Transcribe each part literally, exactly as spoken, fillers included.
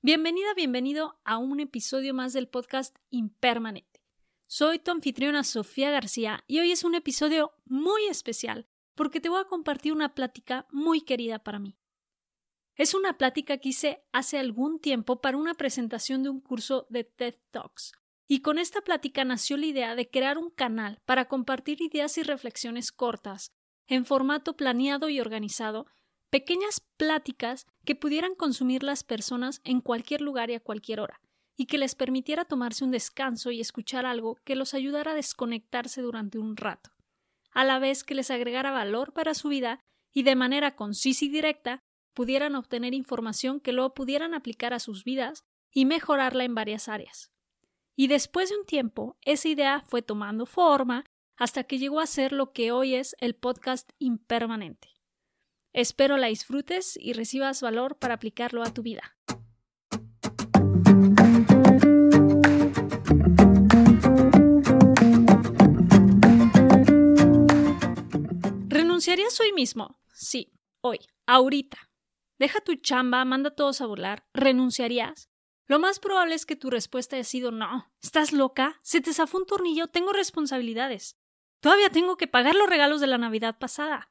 Bienvenida, bienvenido a un episodio más del podcast Impermanente. Soy tu anfitriona Sofía García y hoy es un episodio muy especial porque te voy a compartir una plática muy querida para mí. Es una plática que hice hace algún tiempo para una presentación de un curso de TED Talks. Y con esta plática nació la idea de crear un canal para compartir ideas y reflexiones cortas, en formato planeado y organizado, pequeñas pláticas que pudieran consumir las personas en cualquier lugar y a cualquier hora, y que les permitiera tomarse un descanso y escuchar algo que los ayudara a desconectarse durante un rato, a la vez que les agregara valor para su vida y de manera concisa y directa pudieran obtener información que luego pudieran aplicar a sus vidas y mejorarla en varias áreas. Y después de un tiempo, esa idea fue tomando forma hasta que llegó a ser lo que hoy es el podcast Impermanente. Espero la disfrutes y recibas valor para aplicarlo a tu vida. ¿Renunciarías hoy mismo? Sí, hoy, ahorita. Deja tu chamba, manda a todos a volar. ¿Renunciarías? Lo más probable es que tu respuesta haya sido no. ¿Estás loca? Se te zafó un tornillo, tengo responsabilidades. Todavía tengo que pagar los regalos de la Navidad pasada.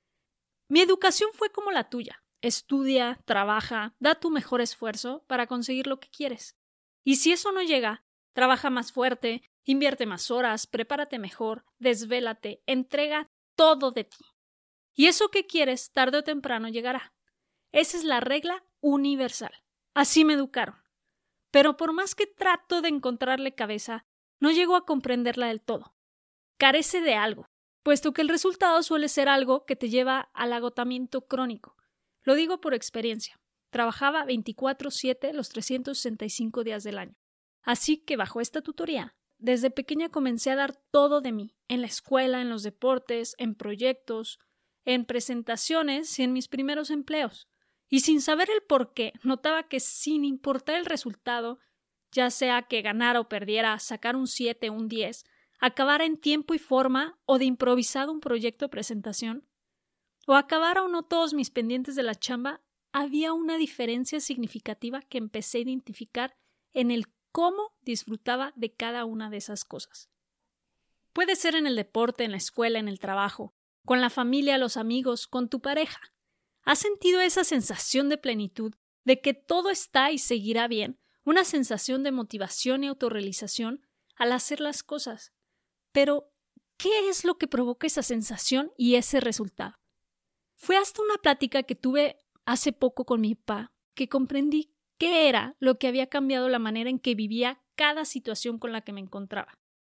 Mi educación fue como la tuya. Estudia, trabaja, da tu mejor esfuerzo para conseguir lo que quieres. Y si eso no llega, trabaja más fuerte, invierte más horas, prepárate mejor, desvélate, entrega todo de ti. Y eso que quieres, tarde o temprano llegará. Esa es la regla universal. Así me educaron. Pero por más que trato de encontrarle cabeza, no llego a comprenderla del todo. Carece de algo, puesto que el resultado suele ser algo que te lleva al agotamiento crónico. Lo digo por experiencia. Trabajaba veinticuatro siete los trescientos sesenta y cinco días del año. Así que bajo esta tutoría, desde pequeña comencé a dar todo de mí, en la escuela, en los deportes, en proyectos, en presentaciones y en mis primeros empleos. Y sin saber el por qué, notaba que sin importar el resultado, ya sea que ganara o perdiera, sacar un siete o un diez, acabara en tiempo y forma o de improvisado un proyecto de presentación, o acabara o no todos mis pendientes de la chamba, había una diferencia significativa que empecé a identificar en el cómo disfrutaba de cada una de esas cosas. Puede ser en el deporte, en la escuela, en el trabajo, con la familia, los amigos, con tu pareja. ¿Has sentido esa sensación de plenitud, de que todo está y seguirá bien? Una sensación de motivación y autorrealización al hacer las cosas. Pero, ¿qué es lo que provoca esa sensación y ese resultado? Fue hasta una plática que tuve hace poco con mi papá que comprendí qué era lo que había cambiado la manera en que vivía cada situación con la que me encontraba.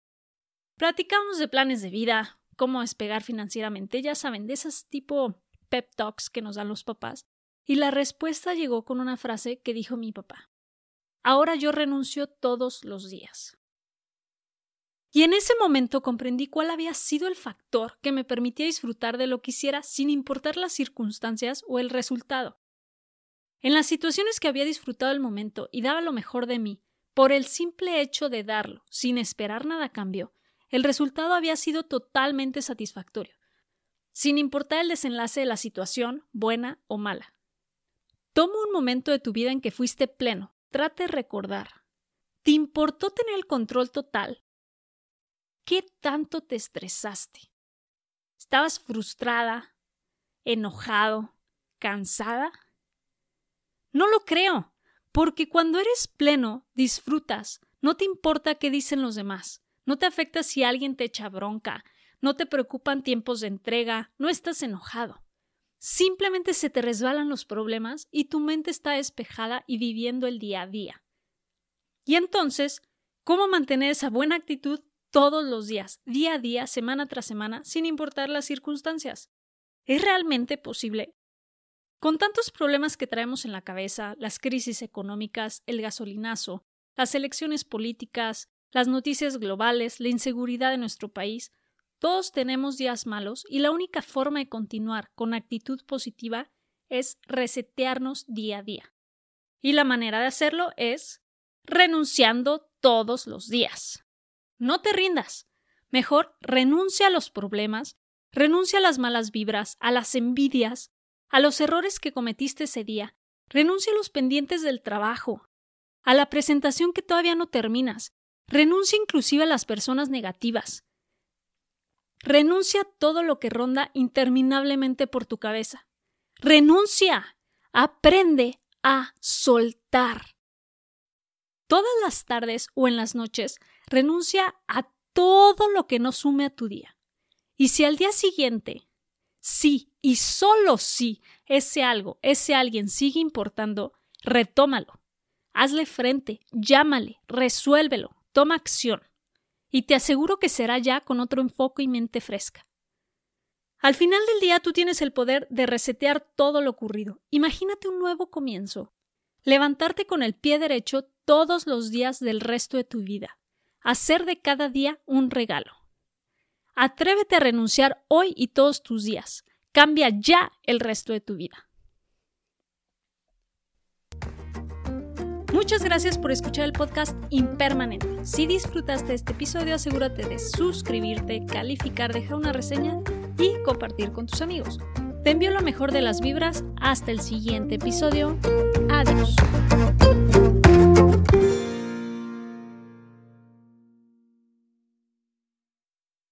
Platicamos de planes de vida, cómo despegar financieramente, ya saben, de esas tipo pep talks que nos dan los papás, y la respuesta llegó con una frase que dijo mi papá: ahora yo renuncio todos los días. Y en ese momento comprendí cuál había sido el factor que me permitía disfrutar de lo que hiciera sin importar las circunstancias o el resultado. En las situaciones que había disfrutado el momento y daba lo mejor de mí, por el simple hecho de darlo, sin esperar nada a cambio, el resultado había sido totalmente satisfactorio, sin importar el desenlace de la situación, buena o mala. Toma un momento de tu vida en que fuiste pleno. Trate de recordar. ¿Te importó tener el control total? ¿Qué tanto te estresaste? ¿Estabas frustrada, enojado, cansada? No lo creo, porque cuando eres pleno, disfrutas. No te importa qué dicen los demás. No te afecta si alguien te echa bronca. No te preocupan tiempos de entrega, no estás enojado. Simplemente se te resbalan los problemas y tu mente está despejada y viviendo el día a día. Y entonces, ¿cómo mantener esa buena actitud todos los días, día a día, semana tras semana, sin importar las circunstancias? ¿Es realmente posible? Con tantos problemas que traemos en la cabeza, las crisis económicas, el gasolinazo, las elecciones políticas, las noticias globales, la inseguridad de nuestro país, todos tenemos días malos y la única forma de continuar con actitud positiva es resetearnos día a día. Y la manera de hacerlo es renunciando todos los días. No te rindas. Mejor renuncia a los problemas, renuncia a las malas vibras, a las envidias, a los errores que cometiste ese día Renuncia a los pendientes del trabajo, a la presentación que todavía no terminas. Renuncia inclusive a las personas negativas. Renuncia a todo lo que ronda interminablemente por tu cabeza. Renuncia. Aprende a soltar. Todas las tardes o en las noches, renuncia a todo lo que no sume a tu día. Y si al día siguiente, sí y solo si ese algo, ese alguien sigue importando, retómalo. Hazle frente, llámale, resuélvelo, toma acción. Y te aseguro que será ya con otro enfoque y mente fresca. Al final del día tú tienes el poder de resetear todo lo ocurrido. Imagínate un nuevo comienzo. Levantarte con el pie derecho todos los días del resto de tu vida. Hacer de cada día un regalo. Atrévete a renunciar hoy y todos tus días. Cambia ya el resto de tu vida. Muchas gracias por escuchar el podcast Impermanente. Si disfrutaste de este episodio, asegúrate de suscribirte, calificar, dejar una reseña y compartir con tus amigos. Te envío lo mejor de las vibras. Hasta el siguiente episodio. Adiós.